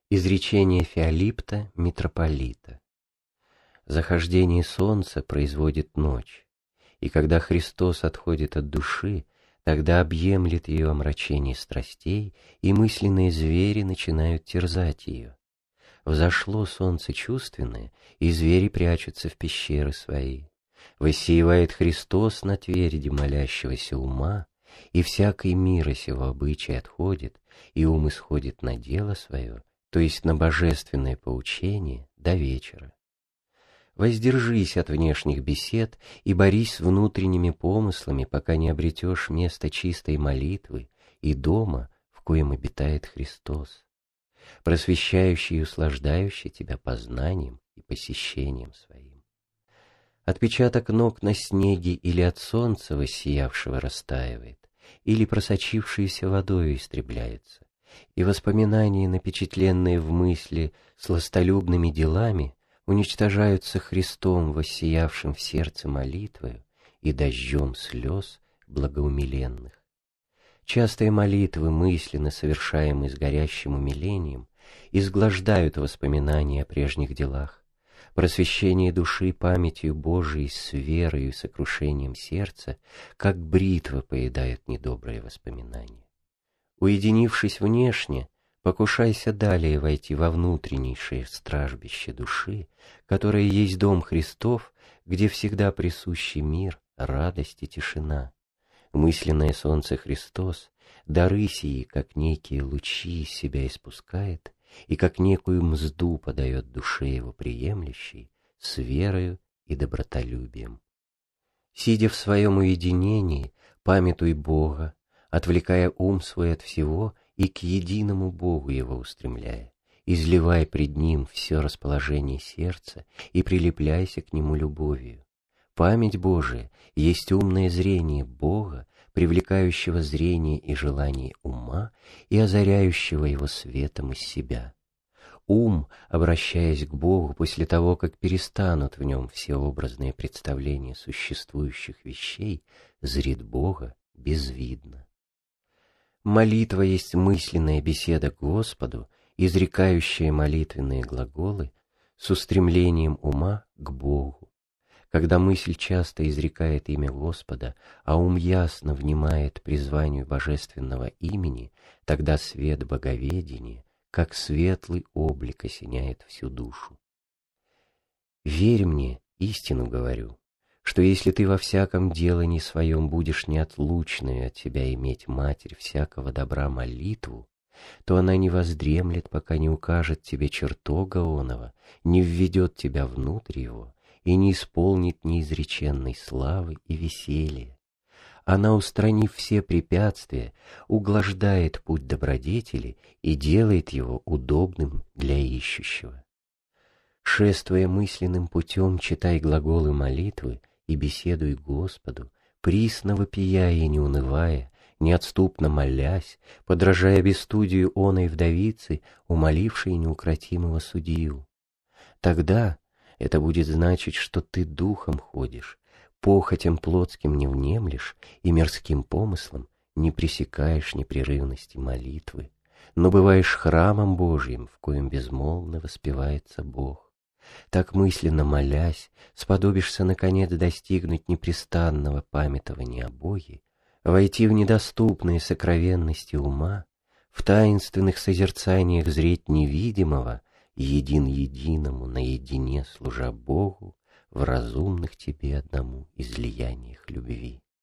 Изречение Феолипта, митрополита. Захождение солнца производит ночь, и когда Христос отходит от души, тогда объемлет ее омрачение страстей, и мысленные звери начинают терзать ее. Взошло солнце чувственное, и звери прячутся в пещеры свои. Воссеивает Христос на тверди молящегося ума, и всякий мир сего обычай отходит, и ум исходит на дело свое, то есть на божественное поучение, до вечера. Воздержись от внешних бесед и борись с внутренними помыслами, пока не обретешь место чистой молитвы и дома, в коем обитает Христос, просвещающий и услаждающий тебя познанием и посещением своим. Отпечаток ног на снеге или от солнца воссиявшего растаивает, или просочившейся водою истребляется, и воспоминания, напечатленные в мысли сластолюбными делами, уничтожаются Христом, воссиявшим в сердце молитвою и дождем слез благоумиленных. Частые молитвы, мысленно совершаемые с горящим умилением, изглаждают воспоминания о прежних делах. Просвещение души памятью Божией с верой и сокрушением сердца, как бритва поедает недобрые воспоминания. Уединившись внешне, покушайся далее войти во внутреннейшее стражбище души, которое есть дом Христов, где всегда присущий мир, радость и тишина. Мысленное солнце Христос дары сии, как некие лучи, из себя испускает, и как некую мзду подает душе его приемлющей с верою и добротолюбием. Сидя в своем уединении, памятуй Бога, отвлекая ум свой от всего и к единому Богу его устремляя, изливай пред Ним все расположение сердца и прилепляйся к Нему любовью. Память Божия есть умное зрение Бога, привлекающего зрение и желание ума и озаряющего его светом из себя. Ум, обращаясь к Богу после того, как перестанут в нем все образные представления существующих вещей, зрит Бога безвидно. Молитва есть мысленная беседа к Господу, изрекающая молитвенные глаголы с устремлением ума к Богу. Когда мысль часто изрекает имя Господа, а ум ясно внимает призванию божественного имени, тогда свет боговедения, как светлый облик, осеняет всю душу. Верь мне, истину говорю, что если ты во всяком делании своем будешь неотлучную от тебя иметь Матерь всякого добра молитву, то она не воздремлет, пока не укажет тебе чертога оного, не введет тебя внутрь его и не исполнит неизреченной славы и веселья. Она, устранив все препятствия, углаждает путь добродетели и делает его удобным для ищущего. Шествуя мысленным путем, читай глаголы молитвы и беседуй Господу, присно вопия и не унывая, неотступно молясь, подражая бесстудию оной вдовицы, умолившей неукротимого судью. Тогда это будет значить, что ты духом ходишь, похотям плотским не внемлешь и мирским помыслом не пресекаешь непрерывности молитвы, но бываешь храмом Божьим, в коем безмолвно воспевается Бог. Так мысленно молясь, сподобишься наконец достигнуть непрестанного памятования о Боге, войти в недоступные сокровенности ума, в таинственных созерцаниях зреть невидимого, един единому наедине служа Богу в разумных тебе одному излияниях любви.